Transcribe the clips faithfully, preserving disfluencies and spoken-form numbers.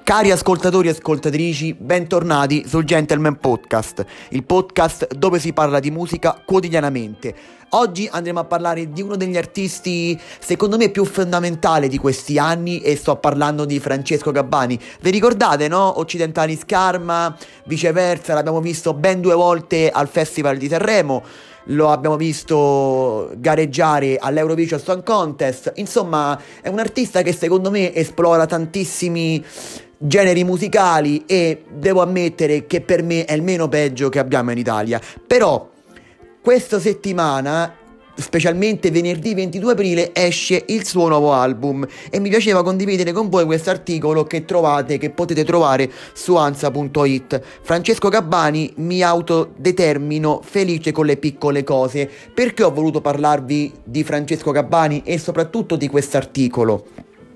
Cari ascoltatori e ascoltatrici, bentornati sul Gentleman Podcast, il podcast dove si parla di musica quotidianamente. Oggi andremo a parlare di uno degli artisti, secondo me, più fondamentali di questi anni e sto parlando di Francesco Gabbani. Vi ricordate, no? Occidentalis Karma, viceversa, l'abbiamo visto ben due volte al Festival di Sanremo. Lo abbiamo visto gareggiare all'Eurovision Song Contest. Insomma, è un artista che secondo me esplora tantissimi generi musicali e devo ammettere che per me è il meno peggio che abbiamo in Italia. Però questa settimana, specialmente venerdì ventidue aprile, esce il suo nuovo album e mi piaceva condividere con voi questo articolo che trovate, che potete trovare su ansa punto it. Francesco Gabbani: mi autodetermino felice con le piccole cose. Perché ho voluto parlarvi di Francesco Gabbani e soprattutto di questo articolo?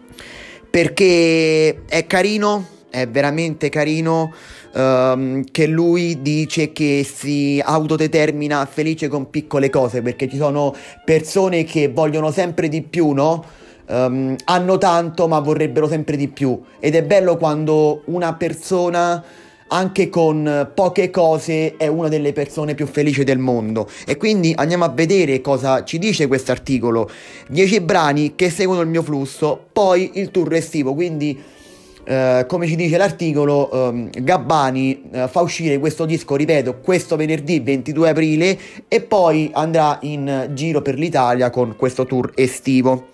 Perché è carino, è veramente carino um, che lui dice che si autodetermina felice con piccole cose, perché ci sono persone che vogliono sempre di più, no? Um, hanno tanto ma vorrebbero sempre di più, ed è bello quando una persona anche con poche cose è una delle persone più felici del mondo. E quindi andiamo a vedere cosa ci dice questo articolo. dieci brani che seguono il mio flusso, poi il tour estivo. Quindi eh, come ci dice l'articolo, eh, Gabbani eh, fa uscire questo disco, ripeto, questo venerdì ventidue aprile, e poi andrà in giro per l'Italia con questo tour estivo.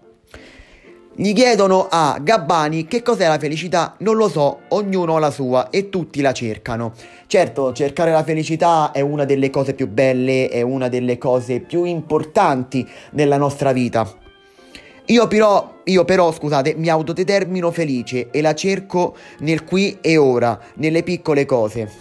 Gli chiedono a Gabbani che cos'è la felicità. Non lo so, ognuno ha la sua e tutti la cercano. Certo, cercare la felicità è una delle cose più belle, è una delle cose più importanti nella nostra vita. Io però, io però, scusate, mi autodetermino felice e la cerco nel qui e ora, nelle piccole cose.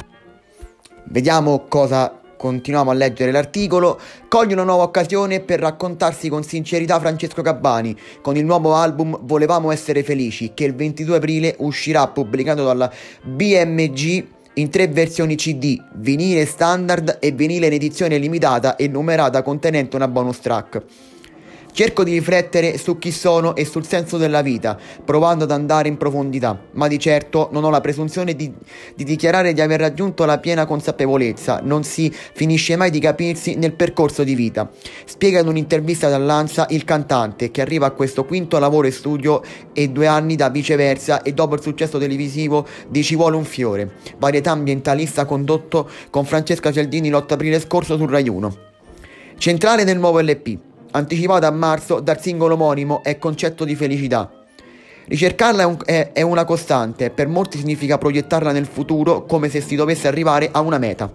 Vediamo cosa... Continuiamo a leggere l'articolo. Coglie una nuova occasione per raccontarsi con sincerità Francesco Gabbani. Con il nuovo album Volevamo essere felici, che il ventidue aprile uscirà pubblicato dalla B M G in tre versioni C D, vinile standard e vinile in edizione limitata e numerata contenente una bonus track. Cerco di riflettere su chi sono e sul senso della vita, provando ad andare in profondità, ma di certo non ho la presunzione di, di dichiarare di aver raggiunto la piena consapevolezza. Non si finisce mai di capirsi nel percorso di vita. Spiega in un'intervista dall'Ansa il cantante, che arriva a questo quinto lavoro in studio e due anni da Viceversa, e dopo il successo televisivo di Ci vuole un fiore, varietà ambientalista condotto con Francesca Cialdini l'otto aprile scorso su Rai uno. Centrale nel nuovo L P, anticipato a marzo dal singolo omonimo, è concetto di felicità. Ricercarla è, un, è, è una costante, per molti significa proiettarla nel futuro come se si dovesse arrivare a una meta.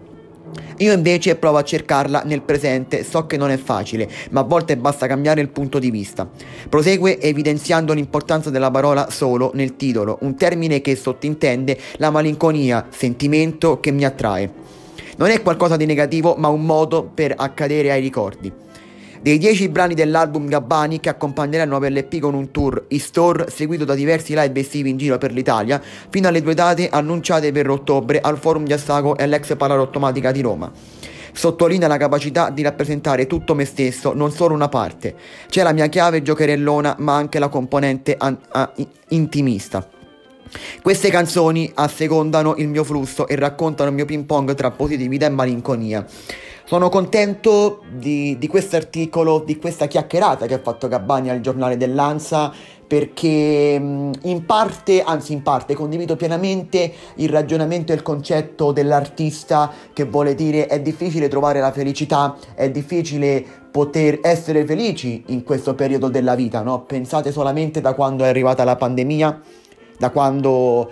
Io invece provo a cercarla nel presente, so che non è facile, ma a volte basta cambiare il punto di vista. Prosegue evidenziando l'importanza della parola solo nel titolo, un termine che sottintende la malinconia, sentimento che mi attrae. Non è qualcosa di negativo, ma un modo per accadere ai ricordi. Dei dieci brani dell'album Gabbani, che accompagnerà il nuovo L P con un tour in store seguito da diversi live estivi in giro per l'Italia, fino alle due date annunciate per ottobre al Forum di Assago e all'Ex Palarottomatica di Roma. Sottolinea la capacità di rappresentare tutto me stesso, non solo una parte. C'è la mia chiave giocherellona, ma anche la componente an- a- intimista. Queste canzoni assecondano il mio flusso e raccontano il mio ping pong tra positività e malinconia. Sono contento di, di questo articolo, di questa chiacchierata che ha fatto Gabbani al giornale dell'Ansa, perché in parte, anzi in parte, condivido pienamente il ragionamento e il concetto dell'artista, che vuole dire è difficile trovare la felicità, è difficile poter essere felici in questo periodo della vita, no? Pensate solamente da quando è arrivata la pandemia, da quando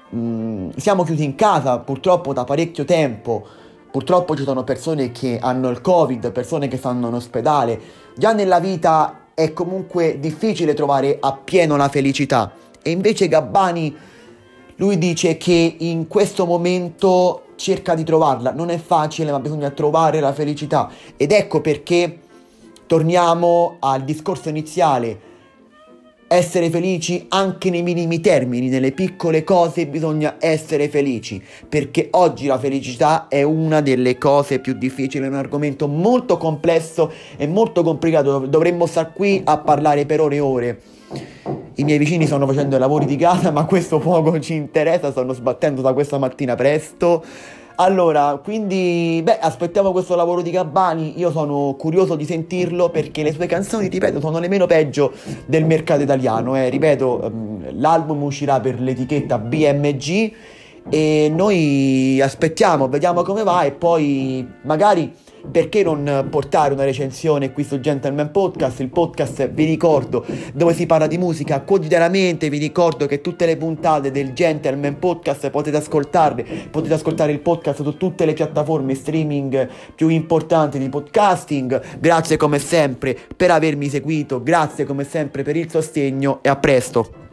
mh, siamo chiusi in casa purtroppo da parecchio tempo. Purtroppo ci sono persone che hanno il Covid, persone che stanno in ospedale. Già nella vita è comunque difficile trovare appieno la felicità. E invece Gabbani, lui dice che in questo momento cerca di trovarla. Non è facile, ma bisogna trovare la felicità. Ed ecco perché torniamo al discorso iniziale. Essere felici anche nei minimi termini, nelle piccole cose bisogna essere felici, perché oggi la felicità è una delle cose più difficili, è un argomento molto complesso e molto complicato, dovremmo star qui a parlare per ore e ore. I miei vicini stanno facendo i lavori di casa, ma questo poco ci interessa, stanno sbattendo da questa mattina presto. Allora, quindi, beh, aspettiamo questo lavoro di Gabbani, io sono curioso di sentirlo perché le sue canzoni, ripeto, sono le meno peggio del mercato italiano, eh. Ripeto, ehm, l'album uscirà per l'etichetta B M G e noi aspettiamo, vediamo come va e poi magari perché non portare una recensione qui su Gentleman Podcast, il podcast, vi ricordo, dove si parla di musica quotidianamente. Vi ricordo che tutte le puntate del Gentleman Podcast potete ascoltarle, potete ascoltare il podcast su tutte le piattaforme streaming più importanti di podcasting. Grazie come sempre per avermi seguito, grazie come sempre per il sostegno e a presto.